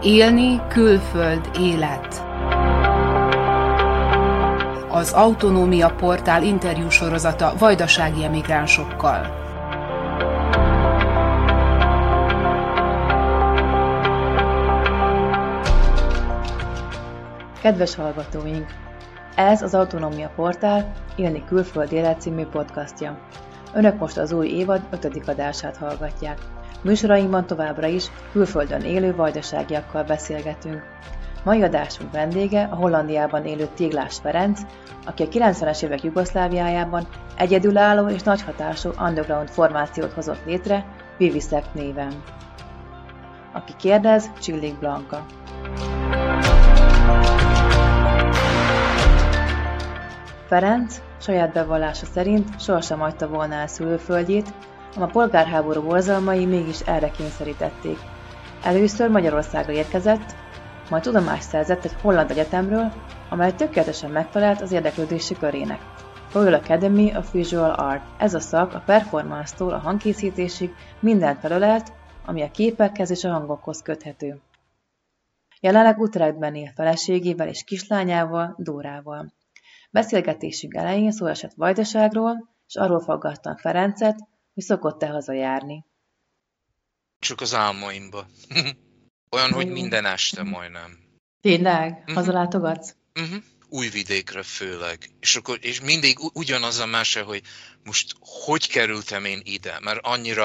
Élni külföld élet. Az Autonómia Portál interjúsorozata vajdasági emigránsokkal. Kedves hallgatóink! Ez az Autonómia Portál Élni külföld élet című podcastja. Önök most az új évad 5. adását hallgatják. Műsorainkban továbbra is külföldön élő vajdaságiakkal beszélgetünk. Mai adásunk vendége a Hollandiában élő Téglás Ferenc, aki a 90-es évek Jugoszláviájában egyedülálló és nagy hatású underground formációt hozott létre Vivisect néven. Aki kérdez, Csillik Blanka. Ferenc saját bevallása szerint sohasem hagyta volna el szülőföldjét, ám a polgárháború borzalmai mégis erre kényszerítették. Először Magyarországra érkezett, majd tudomást szerzett egy holland egyetemről, amely tökéletesen megfelelt az érdeklődési körének. Royal Academy of Visual Art. Ez a szak a performance-tól a hangkészítésig mindent felölelt, ami a képekhez és a hangokhoz köthető. Jelenleg Utrechtben él feleségével és kislányával, Dórával. Beszélgetésünk elején szó esett Vajdaságról, és arról faggattam Ferencet, hogy szokott-e hazajárni. Csak az álmaimba. Olyan, hogy minden este majdnem. Tényleg? Hazalátogatsz? Újvidékre főleg. És mindig ugyanaz a mese, hogy most hogy kerültem én ide, mert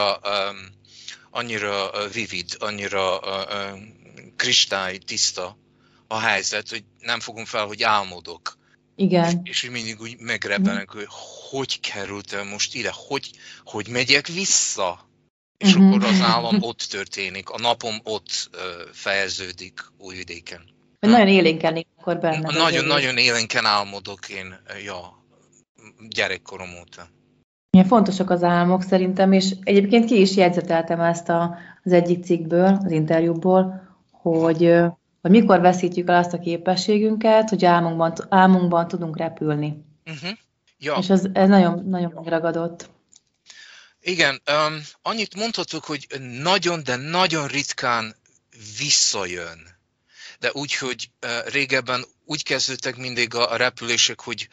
annyira vivid, annyira kristály tiszta a helyzet, hogy nem fogom fel, hogy álmodok. Igen. És mindig úgy megrebbenek, hogy kerültem most ide, hogy megyek vissza. És akkor az állam ott történik, a napom ott fejeződik Újvidéken. Nagyon élénken akkor benne. Nagyon élénken álmodok én, gyerekkorom óta. Milyen fontosak az álmok szerintem, és egyébként ki is jegyzeteltem ezt az egyik cikkből, az interjúból, hogy mikor veszítjük el azt a képességünket, hogy álmunkban tudunk repülni. Ja. És ez nagyon, nagyon megragadott. Igen, annyit mondhatok, hogy nagyon, de nagyon ritkán visszajön. De úgy, hogy régebben úgy kezdődtek mindig a repülések, hogy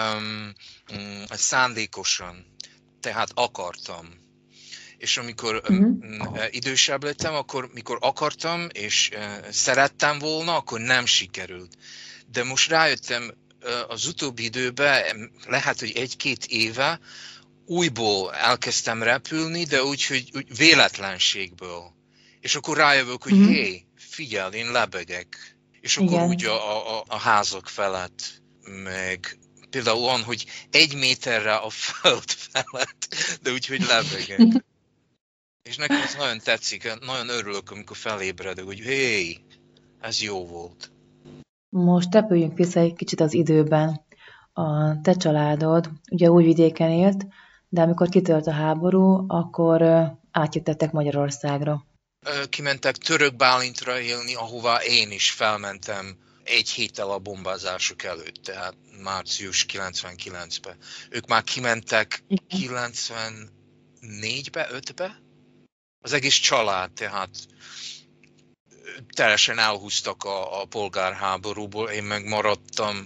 szándékosan, tehát akartam. És amikor idősebb lettem, akkor mikor akartam és szerettem volna, akkor nem sikerült. De most rájöttem az utóbbi időben, lehet, hogy 1-2 éve, újból elkezdtem repülni, de úgy, hogy véletlenségből. És akkor rájövök, hogy hé, figyelj, én lebegek. És akkor igen. Úgy a házak felett, meg például van, hogy 1 méterre a föld felett, de úgy, hogy lebegek. És nekem ez nagyon tetszik, nagyon örülök, amikor felébredek, hogy hé, ez jó volt. Most tepüljünk vissza egy kicsit az időben. A te családod ugye Újvidéken élt, de amikor kitört a háború, akkor átjöttetek Magyarországra. Kimentek Török Bálintra élni, ahová én is felmentem 1 héttel a bombázások előtt, tehát március 99-ben. Ők már kimentek 94-be, 5-be? Az egész család, tehát teljesen elhúztak a polgárháborúból, én meg maradtam.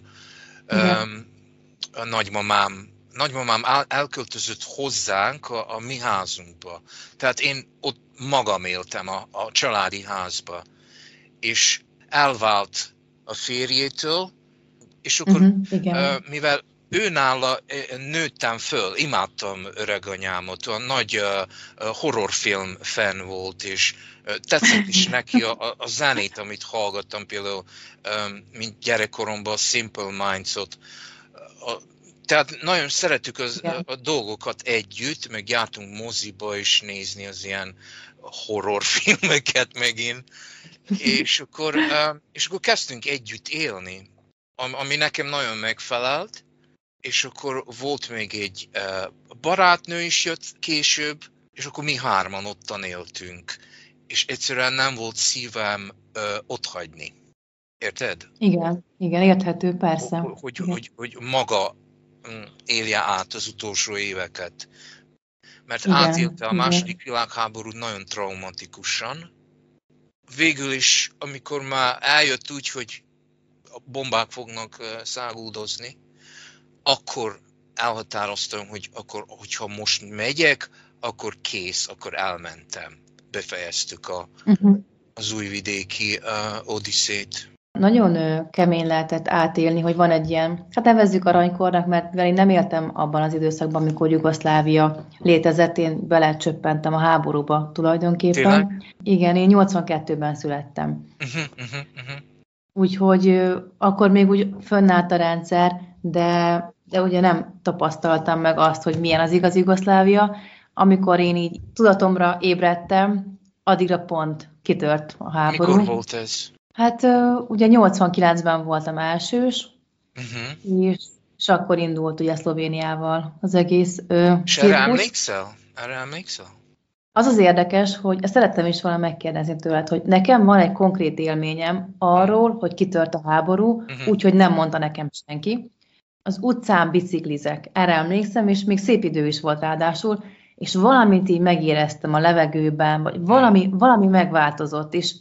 A nagymamám elköltözött hozzánk a mi házunkba. Tehát én ott magam éltem a családi házba. És elvált a férjétől, és akkor mivel őnála nőttem föl, imádtam öreganyámot, a nagy horrorfilm fan volt, és tetszett is neki a zenét, amit hallgattam, például mint gyerekkoromban a Simple Minds-ot. Tehát nagyon szeretük a dolgokat együtt, meg jártunk moziba is nézni az ilyen horrorfilmeket megint, és akkor kezdtünk együtt élni, ami nekem nagyon megfelelt, és akkor volt még egy barátnő is jött később, és akkor mi 3-an ottan éltünk, és egyszerűen nem volt szívem otthagyni. Érted? Igen, érthető, persze. Hogy maga élje át az utolsó éveket. Mert átélte a második világháborút nagyon traumatikusan, végül is, amikor már eljött úgy, hogy a bombák fognak száguldozni, akkor elhatároztam, hogy akkor, hogyha most megyek, akkor kész, akkor elmentem. Befejeztük az újvidéki Odyssét. Nagyon kemény lehetett átélni, hogy van egy ilyen, hát nevezzük aranykornak, mert én nem éltem abban az időszakban, amikor Jugoszlávia létezett, én belecsöppentem a háborúba tulajdonképpen. Tényleg? Igen, én 82-ben születtem. Úgyhogy akkor még úgy fönnállt a rendszer, de ugye nem tapasztaltam meg azt, hogy milyen az igaz Jugoszlávia. Amikor én így tudatomra ébredtem, addigra pont kitört a háború. Mikor volt ez? Hát ugye 89-ben voltam elsős, és akkor indult ugye Szlovéniával az egész És erre emlékszel? Erre emlékszel? Az az érdekes, hogy ezt szerettem is volna megkérdezni tőled, hogy nekem van egy konkrét élményem arról, hogy kitört a háború, úgyhogy nem mondta nekem senki. Az utcán biciklizek, erre emlékszem, és még szép idő is volt ráadásul, és valamit így megéreztem a levegőben, vagy valami megváltozott, és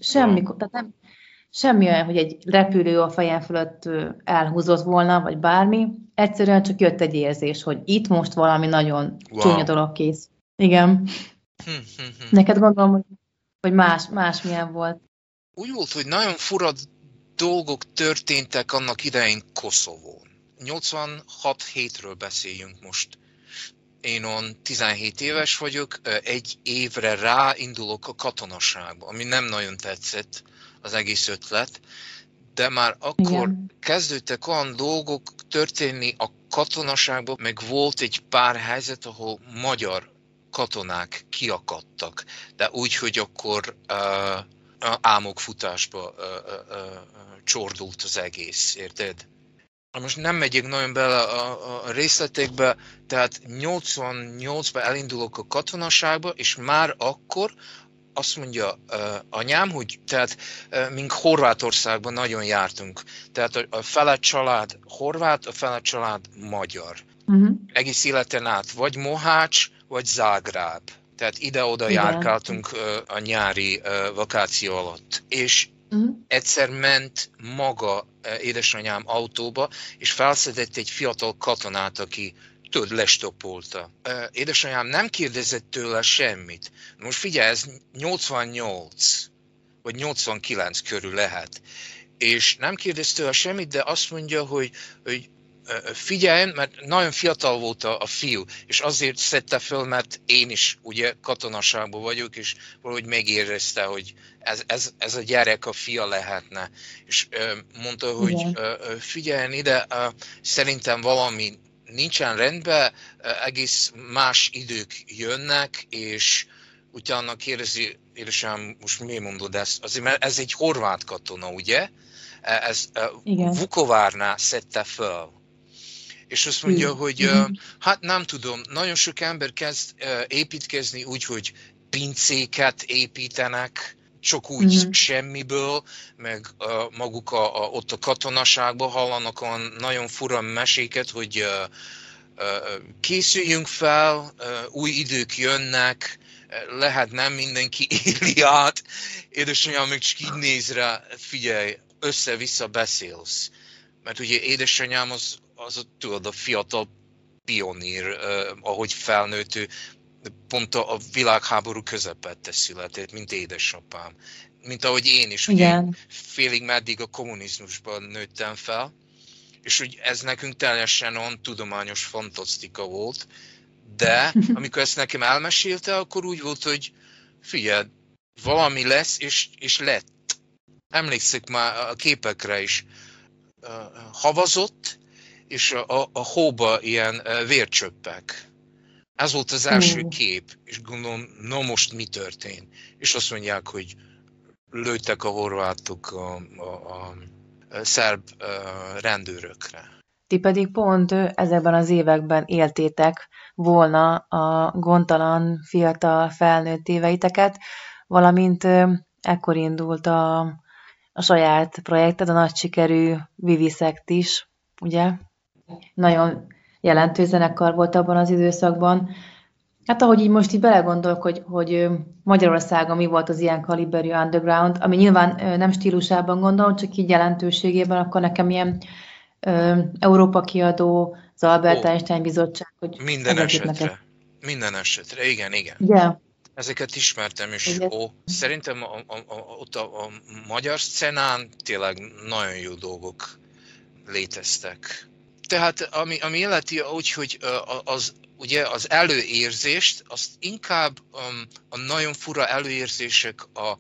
semmi olyan, hogy egy repülő a fejem fölött elhúzott volna, vagy bármi, egyszerűen csak jött egy érzés, hogy itt most valami nagyon csúnya dolog kész. Igen. Neked gondolom, hogy más milyen volt. Úgy volt, hogy nagyon fura dolgok történtek annak idején Koszovón. 86-7-ről beszéljünk most. Én 17 éves vagyok, egy évre ráindulok a katonaságba, ami nem nagyon tetszett az egész ötlet, de már akkor kezdődtek olyan dolgok történni a katonaságban, meg volt egy pár helyzet, ahol magyar katonák kiakadtak, de úgy, hogy akkor álmokfutásba csordult az egész, érted? Most nem megyek nagyon bele a részletekbe, tehát 88-ban elindulok a katonaságba, és már akkor azt mondja anyám, hogy tehát mink Horvátországban nagyon jártunk. Tehát a fele család horvát, a fele család magyar. Egész életen át vagy Mohács, vagy Zágráb. Tehát ide-oda járkáltunk a nyári vakáció alatt. És egyszer ment maga édesanyám autóba, és felszedett egy fiatal katonát, aki lestopolta. Édesanyám nem kérdezett tőle semmit. Most figyelj, ez 88 vagy 89 körül lehet. És nem kérdezte tőle semmit, de azt mondja, hogy figyeljen, mert nagyon fiatal volt a fiú, és azért szedte föl, mert én is ugye katonaságban vagyok, és valahogy megérezte, hogy ez a gyerek a fia lehetne. És mondta, hogy figyeljen ide, szerintem valami nincsen rendben, egész más idők jönnek, és utána kérdezi, édesem, most miért mondod ezt? Azért, mert ez egy horvát katona, ugye? Ez Vukovárnál szedte föl. És azt mondja, hogy hát nem tudom, nagyon sok ember kezd építkezni úgy, hogy pincéket építenek, csak úgy semmiből, meg maguk ott a katonaságban hallanak olyan nagyon fura meséket, hogy készüljünk fel, új idők jönnek, lehet nem mindenki éli át, édesanyám még csak így néz rá, figyelj, össze-vissza beszélsz. Mert ugye édesanyám az tudod, a fiatal pionír, ahogy felnőtt, ő pont a világháború közepette született, mint édesapám. Mint ahogy én is, ugye félig meddig a kommunizmusban nőttem fel, és hogy ez nekünk teljesen olyan tudományos fantasztika volt, de amikor ezt nekem elmesélte, akkor úgy volt, hogy figyelj, valami lesz, és lett. Emlékszik már a képekre is. Havazott, és a hóba ilyen vércsöppek. Ez volt az első kép, és gondolom, no most mi történt? És azt mondják, hogy lőttek a horvátok a szerb rendőrökre. Ti pedig pont ezekben az években éltétek volna a gondtalan, fiatal, felnőtt éveiteket, valamint ekkor indult a saját projekted, a nagy sikerű Vivisect is, ugye? Nagyon jelentős zenekar volt abban az időszakban. Hát ahogy így most így belegondolok, hogy Magyarországon mi volt az ilyen kaliberű underground, ami nyilván nem stílusában gondolom, csak így jelentőségében, akkor nekem ilyen Európa kiadó, az Albert Ó, Einstein Bizottság, hogy minden ezek jutnak egy. esetre. Minden esetre, igen, igen. Ugye? Ezeket ismertem, és Ugye? szerintem ott a magyar szcenán tényleg nagyon jó dolgok léteztek. Tehát ami illeti úgy, hogy ugye az előérzést, azt inkább a nagyon fura előérzések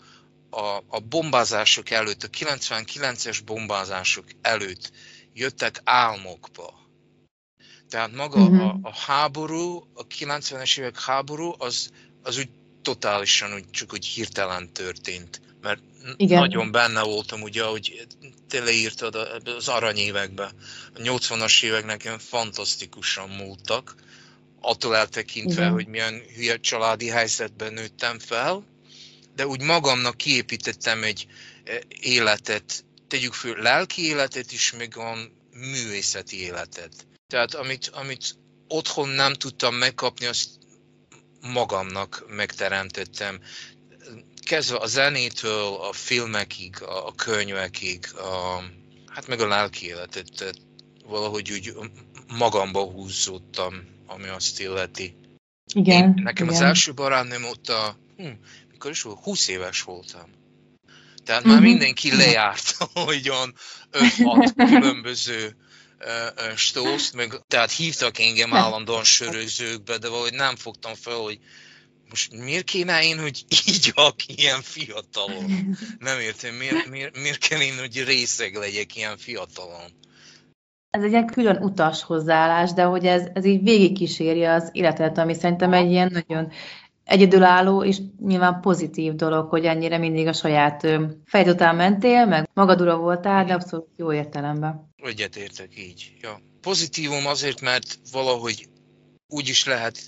a bombázások előtt, a 99-es bombázások előtt jöttek álmokba. Tehát maga a háború, a 90-es évek háború, az úgy totálisan csak úgy hirtelen történt. Mert Igen. nagyon benne voltam, ugye, ahogy te leírtad az aranyévekben. A 80-as évek nekem fantasztikusan múltak, attól eltekintve, hogy milyen hülye családi helyzetben nőttem fel, de úgy magamnak kiépítettem egy életet, tegyük föl lelki életet is, meg a művészeti életet. Tehát amit otthon nem tudtam megkapni, azt magamnak megteremtettem. Kezdve a zenétől, a filmekig, a könyvekig, hát meg a lelki életet, valahogy úgy magamba húzódtam, ami azt illeti. Igen. Nekem igen. az első barátnőm ott mikor is volt? 20 éves voltam. Tehát már mindenki lejárt, hogy olyan 5-6 különböző stózt, meg, tehát hívtak engem állandóan sörözőkbe, de valahogy nem fogtam fel, hogy most miért kéne én, hogy igyak ilyen fiatalon? Nem értem, miért kell én, hogy részeg legyek ilyen fiatalon? Ez egy ilyen külön utas hozzáállás, de hogy ez így végigkíséri az életet, ami szerintem egy ilyen nagyon egyedülálló és nyilván pozitív dolog, hogy ennyire mindig a saját fejed után mentél, meg magadura voltál, de abszolút jó értelemben. Egyetértek így. Ja. Pozitívum azért, mert valahogy úgy is lehet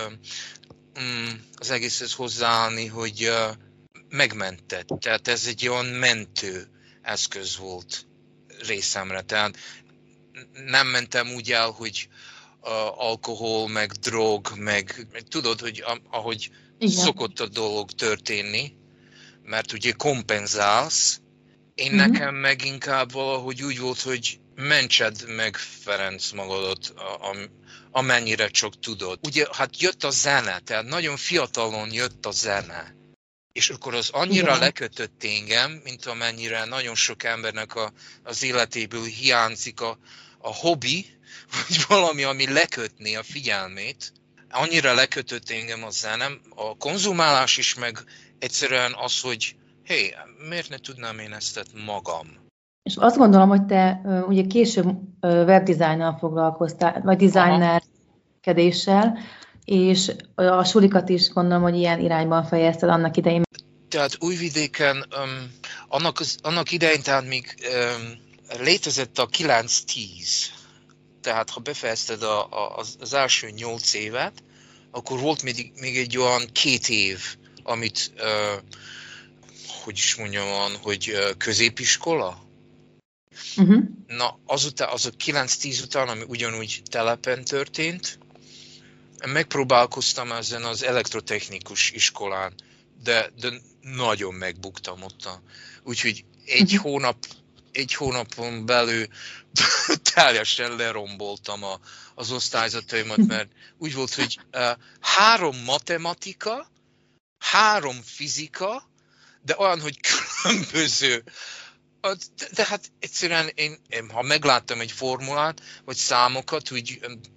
az egészhez hozzáállni, hogy megmentett. Tehát ez egy olyan mentő eszköz volt részemre. Tehát nem mentem úgy el, hogy alkohol, meg drog, meg tudod, hogy ahogy szokott a dolog történni, mert ugye kompenzálsz. Én nekem meg inkább valahogy úgy volt, hogy mentsed meg, Ferenc, magadat, amennyire csak tudod. Ugye, hát jött a zene, tehát nagyon fiatalon jött a zene. És akkor az annyira lekötött engem, mint amennyire nagyon sok embernek az életéből hiányzik a hobbi, vagy valami, ami lekötné a figyelmét. Annyira lekötött engem a zenem, a konzumálás is, meg egyszerűen az, hogy hé, miért ne tudnám én ezt magam? És azt gondolom, hogy te ugye később webdesignnal foglalkoztál, vagy designerkedéssel, és a sulikat is gondolom, hogy ilyen irányban fejezted annak idején. Tehát Újvidéken annak idején, tehát még létezett a 9-10. Tehát ha befejezted az első 8 évet, akkor volt még egy olyan 2 év, amit, hogy is mondjam, hogy középiskola. Na, azután, az a 9-10 után, ami ugyanúgy telepen történt, megpróbálkoztam ezen az elektrotechnikus iskolán, de nagyon megbuktam ott. Úgyhogy egy hónapon belül teljesen leromboltam az osztályzataimat, mert úgy volt, hogy 3 matematika, 3 fizika, de olyan, hogy különböző. De hát egyszerűen én ha megláttam egy formulát, vagy számokat, úgy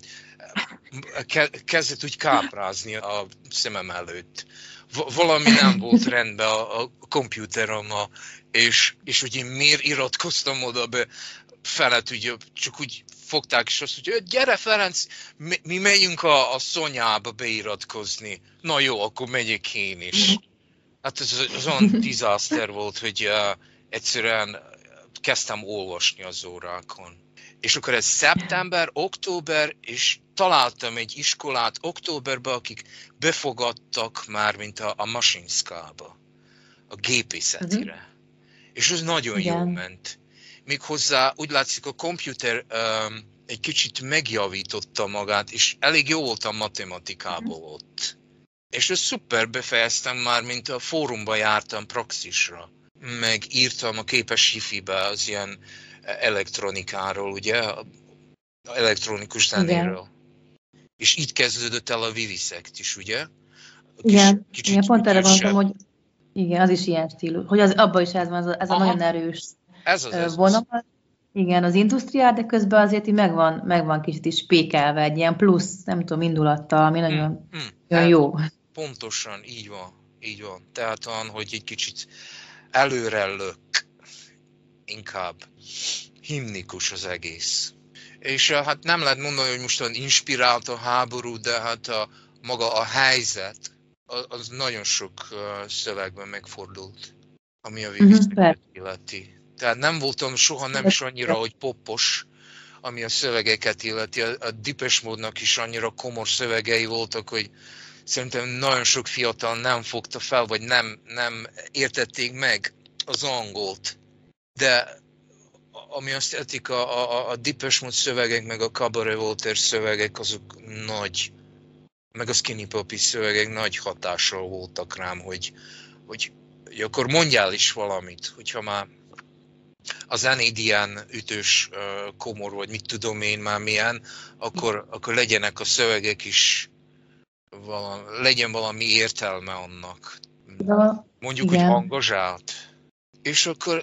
kezdett úgy káprázni a szemem előtt. Valami nem volt rendben a komputerommal, és hogy én miért iratkoztam oda be, felett ugye csak úgy fogták, és azt mondja, hogy gyere Ferenc, mi megyünk a Szonyába beiratkozni. Na jó, akkor megyek én is. Hát ez olyan disaster volt, hogy egyszerűen kezdtem olvasni az órákon. És akkor ez szeptember, október, és találtam egy iskolát októberben, akik befogadtak már, mint a Masinszkába, a gépészetire. És ez nagyon jól ment. Méghozzá úgy látszik, a computer egy kicsit megjavította magát, és elég jó voltam matematikában ott. És ezt szuper befejeztem már, mint a fórumba jártam praxisra. Meg írtam a képes hifibe az ilyen elektronikáról, ugye? Elektronikus zenéről. És így kezdődött el a Vivisect is, ugye? Igen, pont erre gondoltam, hogy igen, az is ilyen stílus. Hogy abban is ez van, ez a nagyon erős vonal. Igen, az industriál, de közben azért így megvan kicsit is spékelve egy ilyen plusz, nem tudom, indulattal, ami nagyon jó. Pontosan, így van. Tehát olyan, hogy egy kicsit előre lök, inkább himnikus az egész. És hát nem lehet mondani, hogy mostan inspirált a háború, de hát maga a helyzet, az nagyon sok szövegben megfordult, ami a Vivisectet illeti. Tehát nem voltam soha nem is annyira, hogy popos, ami a szövegeket illeti. A Depeche Mode-nak is annyira komor szövegei voltak, hogy szerintem nagyon sok fiatal nem fogta fel, vagy nem értették meg az angolt. De ami azt értik, a Depeche Mode szövegek, meg a Cabaret Voltaire szövegek, azok nagy, meg a Skinny Puppy szövegek nagy hatással voltak rám, hogy akkor mondjál is valamit, hogyha már a zenéd ilyen ütős, komor, vagy mit tudom én már milyen, akkor legyenek a szövegek is, legyen valami értelme annak. Mondjuk, hogy angazsált. És akkor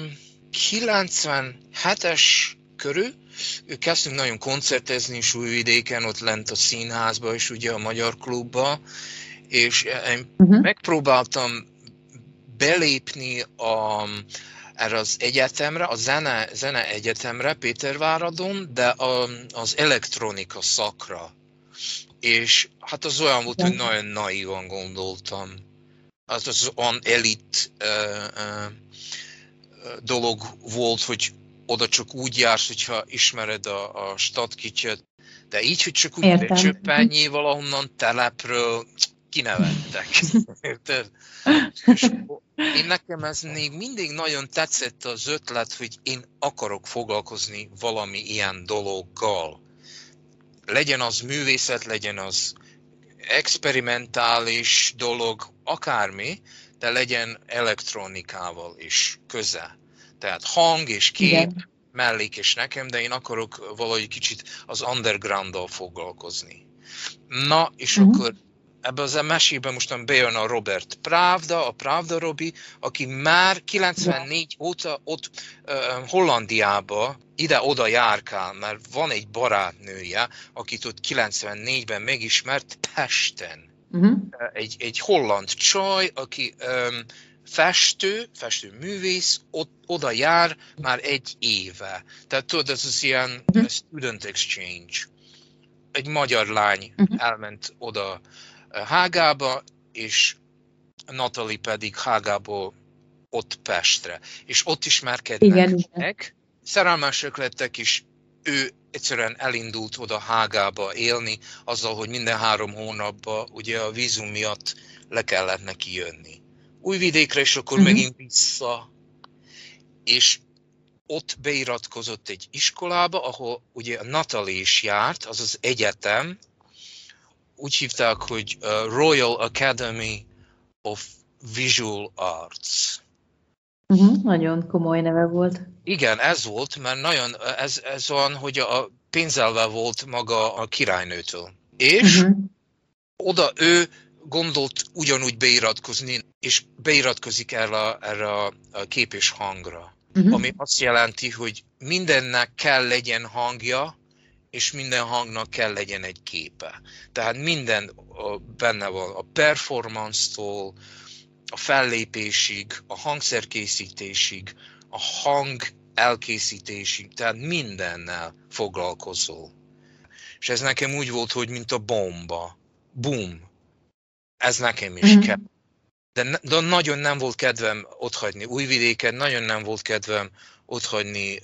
97-es körül kezdtünk nagyon koncertezni is Újvidéken, ott lent a színházba és ugye a Magyar Klubba, és én megpróbáltam belépni erre az egyetemre, a zene egyetemre Péterváradon, de az elektronika szakra. És hát az olyan volt, hogy nagyon naívan gondoltam. Az olyan elit dolog volt, hogy oda csak úgy jársz, hogyha ismered a stadkityöt, de így, hogy csak úgy becsöppenjél valahonnan telepről, kinevettek. És én nekem ez még mindig nagyon tetszett az ötlet, hogy én akarok foglalkozni valami ilyen dologgal. Legyen az művészet, legyen az experimentális dolog, akármi, de legyen elektronikával is köze. Tehát hang és kép, mellék és nekem, de én akarok valahogy kicsit az underground-dal foglalkozni. Na, és akkor ebben az mesében mostan bejön a Robert Pravda, a Pravda Robi, aki már 94 óta ott Hollandiába ide-oda járkál, mert van egy barátnője, akit ott 94-ben megismert Pesten. Egy holland csaj, aki festő művész, oda jár már egy éve. Tehát tudod, ez az ilyen student exchange. Egy magyar lány elment oda Hágába, és Natalie pedig Hágából ott Pestre. És ott ismerkednek meg, szerelmesek lettek, és ő egyszerűen elindult oda Hágába élni, azzal, hogy minden 3 hónapban ugye a vízum miatt le kellett neki jönni. Újvidékre, és akkor megint vissza. És ott beiratkozott egy iskolába, ahol ugye a Natalie is járt, az az egyetem, úgy hívták, hogy Royal Academy of Visual Arts. Nagyon komoly neve volt. Igen, ez volt, mert nagyon, ez olyan, hogy a pénzelve volt maga a királynőtől. És oda ő gondolt ugyanúgy beiratkozni, és beiratkozik erre a kép és hangra. Ami azt jelenti, hogy mindennek kell legyen hangja, és minden hangnak kell legyen egy képe. Tehát minden benne van, a performance-tól, a fellépésig, a hangszerkészítésig, a hang elkészítésig, tehát mindennel foglalkozol. És ez nekem úgy volt, hogy mint a bomba. Boom. Ez nekem is kell. De nagyon nem volt kedvem otthagyni Újvidéken, nagyon nem volt kedvem otthagyni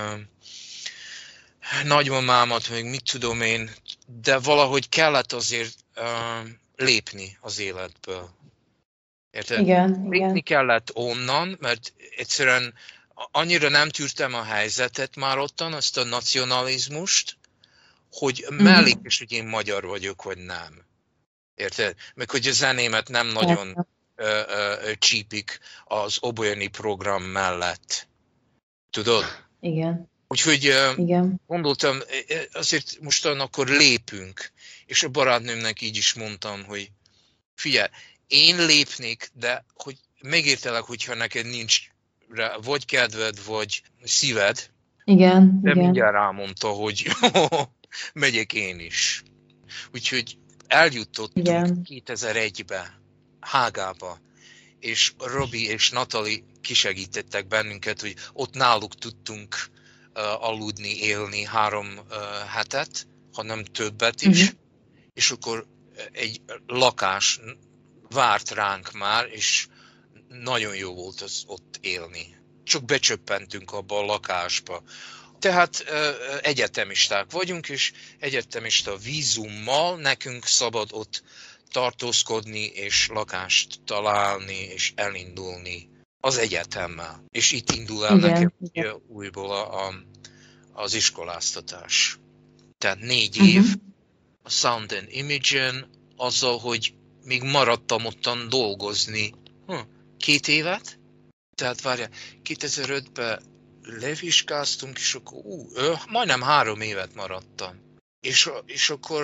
nagymamámat, meg mit tudom én, de valahogy kellett azért lépni az életből. Érted? Igen. Lépni kellett onnan, mert egyszerűen annyira nem tűrtem a helyzetet már ottan, azt a nacionalizmust, hogy mellékes, hogy én magyar vagyok, vagy nem. Érted? Meg hogy a zenémet nem nagyon csípik az oboeni program mellett. Tudod? Igen. Úgyhogy gondoltam, azért mostan akkor lépünk. És a barátnőmnek így is mondtam, hogy figyelj, én lépnék, de hogy megértelek, hogyha neked nincs rá vagy kedved, vagy szíved. Igen. De mindjárt rámondta, hogy megyek én is. Úgyhogy eljutottunk 2001-be, Hágába, és Robi és Natali kisegítettek bennünket, hogy ott náluk tudtunk aludni, élni 3 hetet, ha nem többet is, és akkor egy lakás várt ránk már, és nagyon jó volt az ott élni. Csak becsöppentünk abba a lakásba. Tehát egyetemisták vagyunk, és egyetemista vízummal nekünk szabad ott tartózkodni, és lakást találni, és elindulni az egyetemmel. És itt indul el nekem újból az iskoláztatás. Tehát 4 év a Sound and Image-en, azzal, hogy még maradtam ottan dolgozni 2 évet. Tehát várjál, 2005-ben levizsgáztunk, és akkor majdnem 3 évet maradtam. És akkor,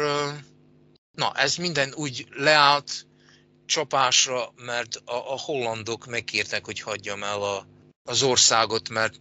ez minden úgy leállt csapásra, mert a hollandok megkértek, hogy hagyjam el az országot, mert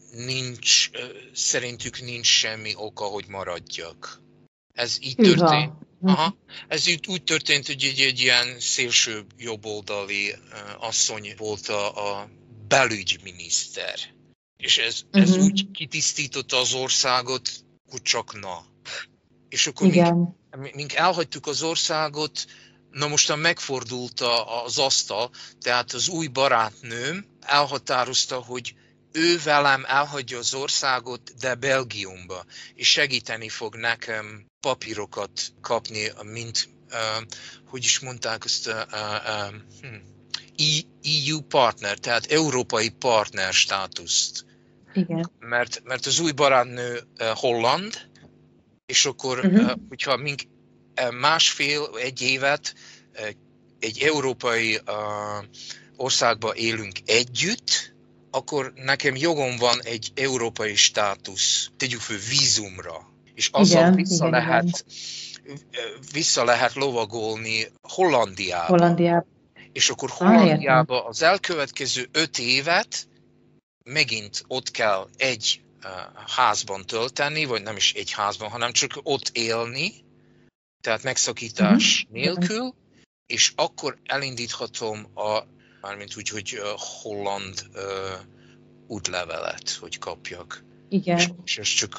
szerintük nincs semmi oka, hogy maradjak. Ez így történt. Ez úgy történt, hogy egy ilyen szélső jobboldali asszony volt a belügyminiszter. És ez úgy kitisztította az országot, hogy csak na. És akkor mink elhagytuk az országot, na mostan megfordult az asztal, tehát az új barátnőm elhatározta, hogy ő velem elhagyja az országot, de Belgiumba, és segíteni fog nekem papírokat kapni, mint, hogy is mondták azt, EU partner, tehát európai partner státuszt. Igen. Mert az új barátnő holland, és akkor, hogyha mink 1,5-1 évet egy európai országba élünk együtt, akkor nekem jogom van egy európai státusz, tegyük föl vízumra, és azzal vissza lehet lovagolni Hollandiába. És akkor Hollandiába az elkövetkező 5 évet megint ott kell egy házban tölteni, vagy nem is egy házban, hanem csak ott élni, tehát megszakítás nélkül, és akkor elindíthatom mármint úgy, hogy holland útlevelet, hogy kapjak. Igen. És ez csak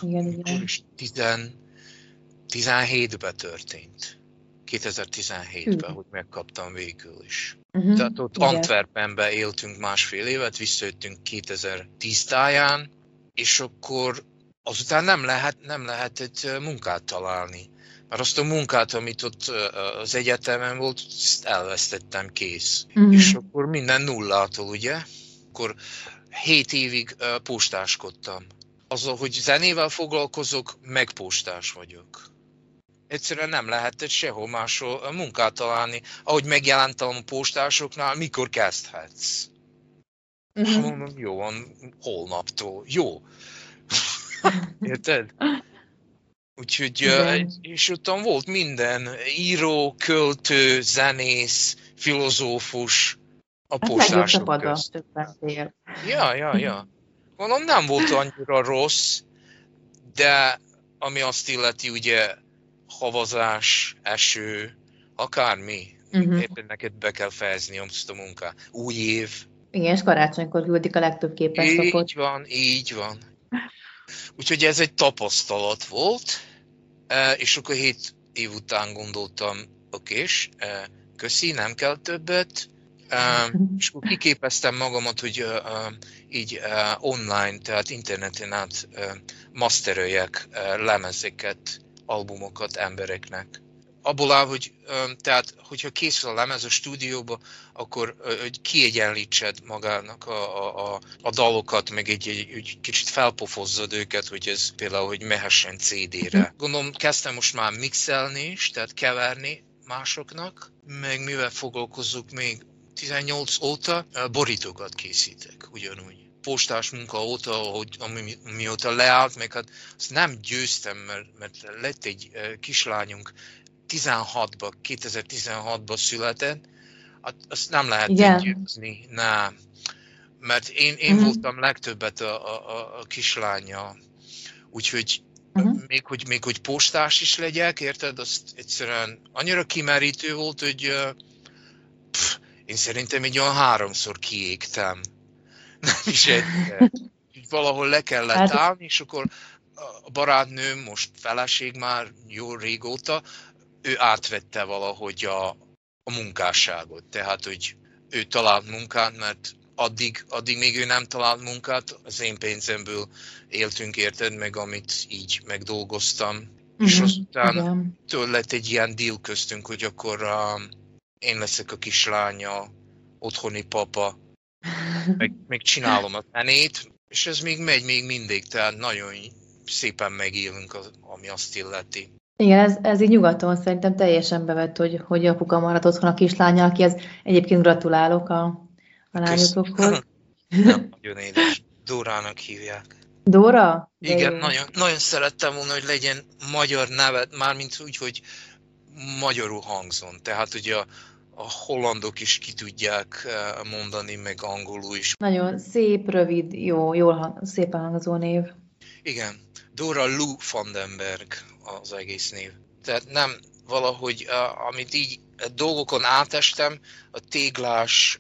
17-ben történt. 2017-ben, hogy megkaptam végül is. Tehát ott Antwerpenben éltünk 1,5 évet, visszajöttünk 2010 táján, és akkor azután nem lehetett munkát találni. Mert azt a munkát, amit ott az egyetemen volt, ezt elvesztettem, kész. És akkor minden nullától, ugye? Akkor 7 évig postáskodtam. Azzal, hogy zenével foglalkozok, meg postás vagyok. Egyszerűen nem lehetett sehol máshol munkát találni. Ahogy megjelentem a postásoknál, mikor kezdhetsz? Mondom, jó van, holnaptól. Jó. Érted? Úgyhogy, és ottan volt minden, író, költő, zenész, filozófus, a postások közt. Ja. Mondom, nem volt annyira rossz, de ami azt illeti, ugye, havazás, eső, akármi, éppen neked be kell fejezni azt a munkát. Új év. Igen, és karácsonykor küldik a legtöbb képeslapot. Így van. Úgyhogy ez egy tapasztalat volt, és akkor 7 év után gondoltam, okés, köszi, nem kell többet, és akkor kiképeztem magamat, hogy így online, tehát interneten át masteröljek lemezeket, albumokat embereknek. abból áll, hogy tehát, hogyha készül a lemez a stúdióba, akkor hogy kiegyenlítsed magának a dalokat, meg egy kicsit felpofozzad őket, hogy ez például, hogy mehessen CD-re. Gondolom, kezdtem most már mixelni is, tehát keverni másoknak, meg mivel foglalkozok még 18 óta, borítókat készítek ugyanúgy. Postás munka óta, mióta leállt, meg hát azt nem győztem, mert lett egy kislányunk 2016-ban született, azt nem lehet győzni, nem. Mert én voltam legtöbbet a kislánya, úgyhogy még hogy postás is legyek, érted, azt egyszerűen annyira kimerítő volt, hogy én szerintem egy olyan 3-szor kiégtem. Nem is egyszer. Valahol le kellett állni, és akkor a barátnőm, most feleség már jó régóta, ő átvette valahogy a munkásságot. Tehát, hogy ő talált munkát, mert addig még ő nem talált munkát, az én pénzemből éltünk, érted, meg amit így megdolgoztam. És aztán tőle lett egy ilyen deal köztünk, hogy akkor én leszek a kislánya, otthoni papa, meg csinálom a zenét, és ez még megy még mindig, tehát nagyon szépen megélünk, ami azt illeti. Igen, ez így nyugaton szerintem teljesen bevett, hogy apuka maradt otthon a kislánya, akihez egyébként gratulálok a lányotokhoz. Nagyon édes. Dórának hívják. Dóra? Igen, nagyon szerettem volna, hogy legyen magyar nevet, mármint úgy, hogy magyarul hangzon. Tehát ugye a hollandok is ki tudják mondani, meg angolul is. Nagyon szép, rövid, szépen hangzó név. Igen, Dóra Lou van den Berg az egész név. Tehát nem valahogy, amit így dolgokon átestem, a Téglás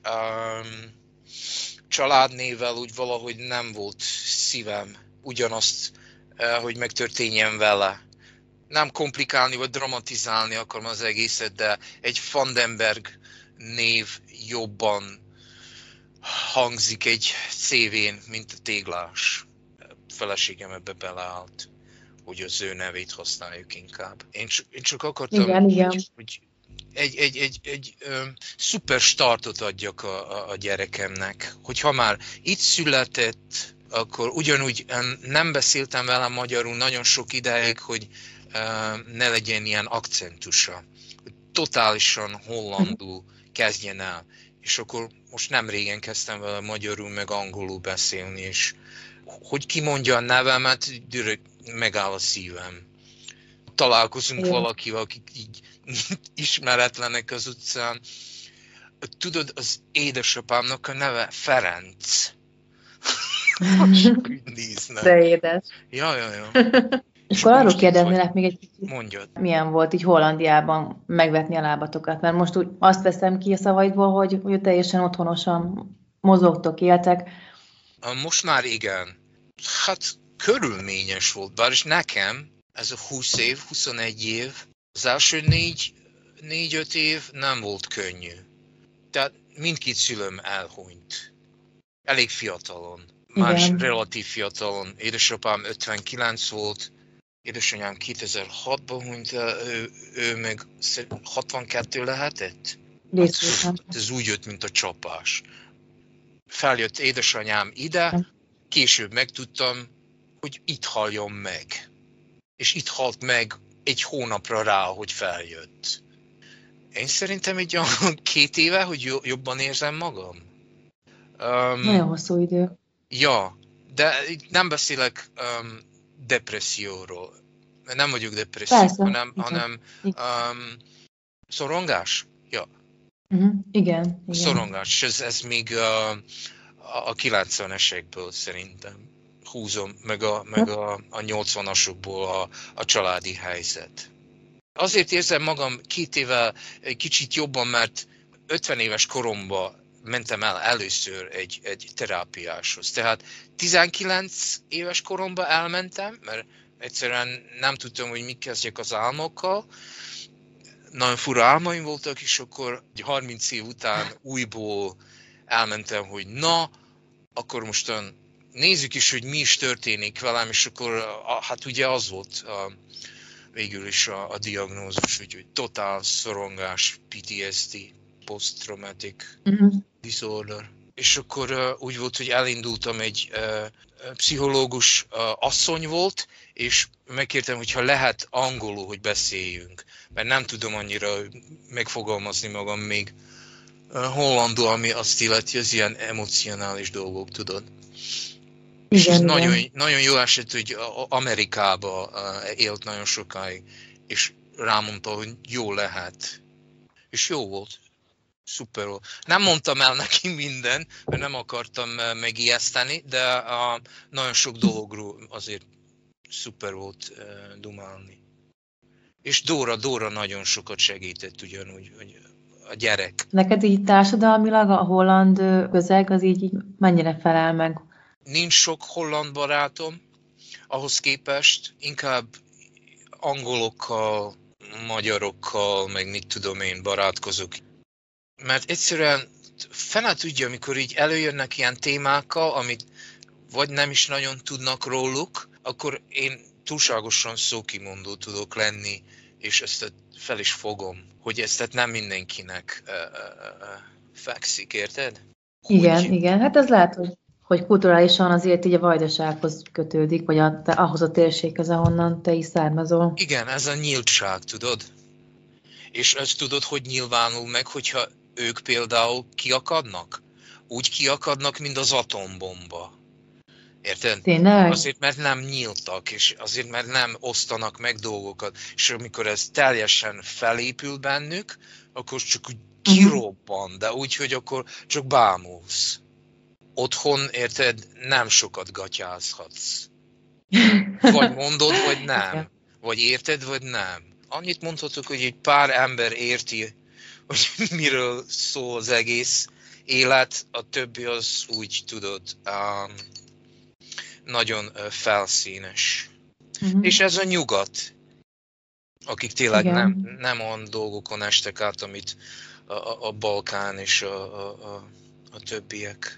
családnévvel úgy valahogy nem volt szívem ugyanazt, hogy megtörténjen vele. Nem komplikálni vagy dramatizálni akarom az egészet, de egy Van den Berg név jobban hangzik egy CV-n, mint a Téglás. Feleségem ebbe beleállt, hogy az ő nevét használjuk inkább. Én csak akartam, hogy egy szuper startot adjak a gyerekemnek, hogyha már itt született, akkor ugyanúgy nem beszéltem vele magyarul nagyon sok ideig, hogy ne legyen ilyen akcentusa. Totálisan hollandul kezdjen el. És akkor most nem régen kezdtem vele magyarul, meg angolul beszélni, és hogy kimondja a nevemet, direkt megáll a szívem. Találkozunk valakivel, akik így ismeretlenek az utcán. Tudod, az édesapámnak a neve Ferenc. De édes. Ja. És akkor arról kérdeznélek még egy kicsit, mondjad. Milyen volt így Hollandiában megvetni a lábatokat, mert most úgy azt veszem ki a szavaidból, hogy teljesen otthonosan mozogtok, éltek. Most már igen. Hát körülményes volt, bár is nekem ez a 20 év, 21 év, az első 4-5 év nem volt könnyű. Tehát mindkét szülőm elhunyt. Elég fiatalon. Már is relatív fiatalon. Édesapám 59 volt, édesanyám 2006-ban hunyt el, ő meg 62 lehetett? Ez úgy jött, mint a csapás. Feljött édesanyám ide, később megtudtam, hogy itt haljon meg. És itt halt meg egy hónapra rá, hogy feljött. Én szerintem egy olyan 2 éve, hogy jobban érzem magam. Nagyon hosszú idő. Ja, de nem beszélek depresszióról. Nem vagyok depresszió, hanem szorongás. Ja. Igen. Szorongás, és ez még a 90-esekből szerintem húzom, meg a 80-asokból a családi helyzet. Azért érzem magam 2 éve kicsit jobban, mert 50 éves koromban mentem el először egy terápiáshoz. Tehát 19 éves koromban elmentem, mert egyszerűen nem tudtam, hogy mit kezdjek az álmokkal. Nagyon fura álmaim voltak, és akkor 30 év után újból elmentem, hogy akkor mostan nézzük is, hogy mi is történik velem, és akkor hát ugye az volt végül is a diagnózus, úgyhogy totál szorongás, PTSD, Post-Traumatic Disorder. És akkor úgy volt, hogy elindultam, egy pszichológus asszony volt, és megkértem, hogyha lehet angolul, hogy beszéljünk, mert nem tudom annyira megfogalmazni magam még hollandul, ami azt illeti, az ilyen emocionális dolgok, tudod. És ez nagyon jó esett, hogy Amerikába élt nagyon sokáig, és rámondta, hogy jó lehet. És jó volt. Szuper volt. Nem mondtam el neki minden, mert nem akartam megijeszteni, de nagyon sok dologról azért szuper volt dumálni. És Dóra nagyon sokat segített ugyanúgy, hogy a gyerek. Neked így társadalmilag a holland közeg az így mennyire felel meg? Nincs sok holland barátom, ahhoz képest inkább angolokkal, magyarokkal, meg mit tudom én, barátkozok. Mert egyszerűen fene tudja, amikor így előjönnek ilyen témákkal, amit vagy nem is nagyon tudnak róluk, akkor én túlságosan szókimondó tudok lenni, és ezt fel is fogom, hogy ezt nem mindenkinek fekszik, érted? Igen, hát ez lehet, hogy kulturálisan azért így a Vajdasághoz kötődik, vagy ahhoz a térséghez, ahonnan te is származol. Igen, ez a nyíltság, tudod? És ezt tudod, hogy nyilvánul meg, hogyha ők például kiakadnak? Úgy kiakadnak, mint az atombomba. Érted? Tényleg? Azért, mert nem nyíltak, és azért, mert nem osztanak meg dolgokat. És amikor ez teljesen felépül bennük, akkor csak úgy kirobban, de úgy, hogy akkor csak bámulsz. Otthon, érted, nem sokat gatyázhatsz. Vagy mondod, vagy nem. Vagy érted, vagy nem. Annyit mondhatok, hogy egy pár ember érti, hogy miről szól az egész élet, a többi az úgy, tudod, nagyon felszínes. És ez a nyugat, akik tényleg nem olyan dolgokon estek át, amit a Balkán és a többiek.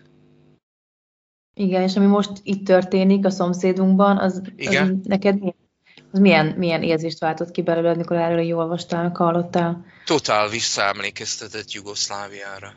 Igen, és ami most itt történik a szomszédunkban, az neked milyen érzést váltott ki belőle, amikor erről így olvastál, hallottál? Totál visszaemlékeztetett Jugoszláviára.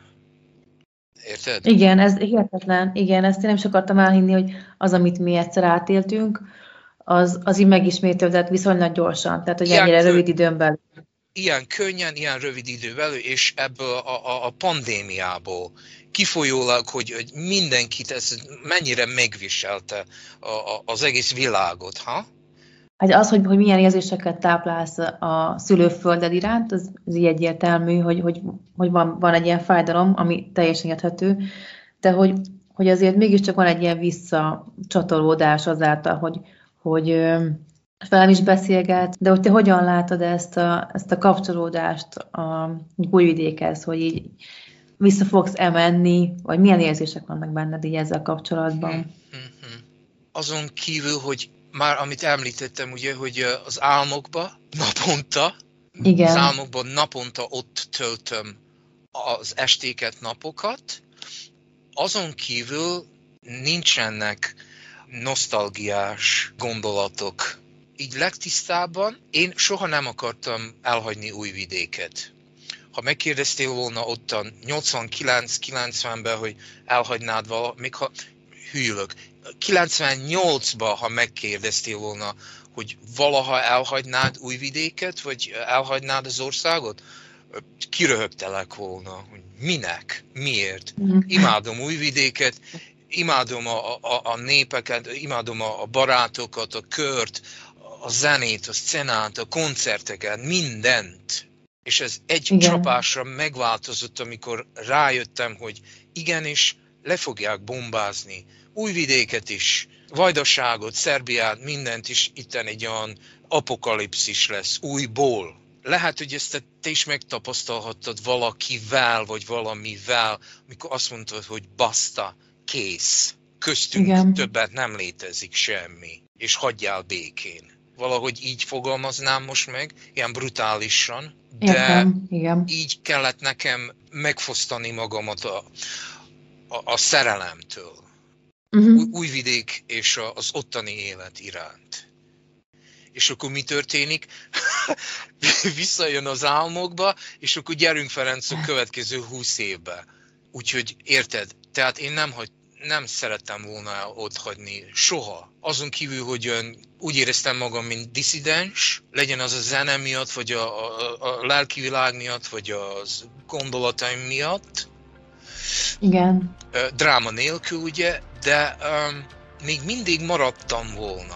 Érted? Igen, ez hihetetlen. Igen, ezt én nem is akartam elhinni, hogy az, amit mi egyszer átéltünk, az így megismétlődött viszonylag gyorsan, tehát hogy ennyire rövid időn belül. Ilyen könnyen, ilyen rövid időn belül, és ebből a pandémiából kifolyólag, hogy mindenkit ez mennyire megviselte az egész világot, ha? Hát az, hogy milyen érzéseket táplálsz a szülőfölded iránt, az így egyértelmű, hogy van egy ilyen fájdalom, ami teljesen érthető, de hogy azért mégiscsak van egy ilyen visszacsatolódás azáltal, hogy velem is beszélget, de hogy te hogyan látod ezt a kapcsolódást a Újvidékhez, hogy így vissza fogsz menni, vagy milyen érzések vannak benned így ezzel kapcsolatban? Azon kívül, hogy már amit említettem, ugye, hogy az álmokban naponta, igen. Az álmokban naponta ott töltöm az estéket, napokat, azon kívül nincsenek nosztalgiás gondolatok. Így legtisztábban én soha nem akartam elhagyni Újvidéket. Ha megkérdeztél volna ottan 89-90-ben, hogy elhagynád még ha hűlök, 98-ban, ha megkérdeztél volna, hogy valaha elhagynád Újvidéket, vagy elhagynád az országot, kiröhögtelek volna, hogy minek, miért. Imádom Újvidéket, imádom a népeket, imádom a barátokat, a kört, a zenét, a szcenát, a koncerteket, mindent. És ez egy csapásra megváltozott, amikor rájöttem, hogy igenis le fogják bombázni Újvidéket is, Vajdaságot, Szerbiát, mindent is, itten egy olyan apokalipszis lesz újból. Lehet, hogy ezt te is megtapasztalhattad valakivel, vagy valamivel, amikor azt mondtad, hogy basta, kész, köztünk többet nem létezik semmi, és hagyjál békén. Valahogy így fogalmaznám most meg, ilyen brutálisan, de így kellett nekem megfosztani magamat a szerelemtől. Újvidék és az ottani élet iránt. és akkor mi történik? Visszajön az álmokba, és akkor gyerünk Ferenc a következő 20 évbe. Úgyhogy érted? Tehát én nem szerettem volna otthagyni soha. Azon kívül, hogy úgy éreztem magam, mint disszidens, legyen az a zene miatt, vagy a lelki világ miatt, vagy az gondolataim miatt. Igen. Dráma nélkül, ugye, de még mindig maradtam volna.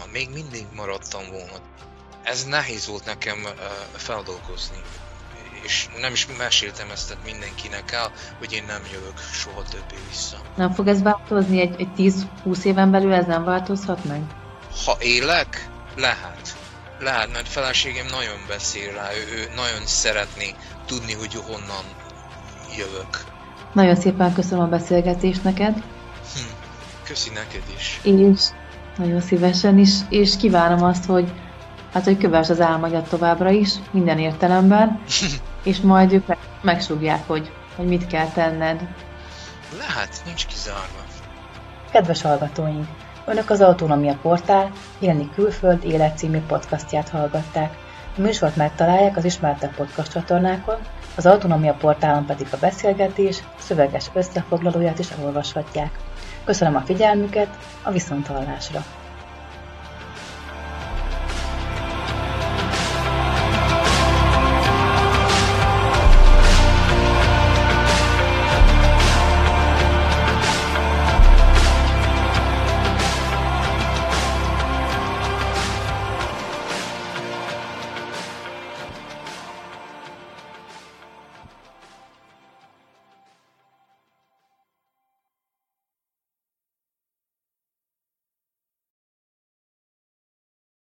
Ez nehéz volt nekem feldolgozni. És nem is meséltem ezt mindenkinek el, hogy én nem jövök soha többé vissza. Nem fog ez változni? Egy 10-20 éven belül ez nem változhat meg? Ha élek, lehet, mert feleségem nagyon beszél rá, ő nagyon szeretné tudni, hogy honnan jövök. Nagyon szépen köszönöm a beszélgetést neked. Köszi neked is. És nagyon szívesen is, és kívánom azt, hogy kövesd az álmaidat továbbra is, minden értelemben, és majd ők megsúgják, hogy mit kell tenned. Lehet, nincs kizárva. Kedves hallgatóink! Önök az Autonómia Portál Élni külföld élet című podcastját hallgatták. A műsort megtalálják az ismertebb podcast csatornákon, az Autonómia Portálon pedig a beszélgetés szöveges összefoglalóját is elolvashatják. Köszönöm a figyelmüket, a viszonthallásra!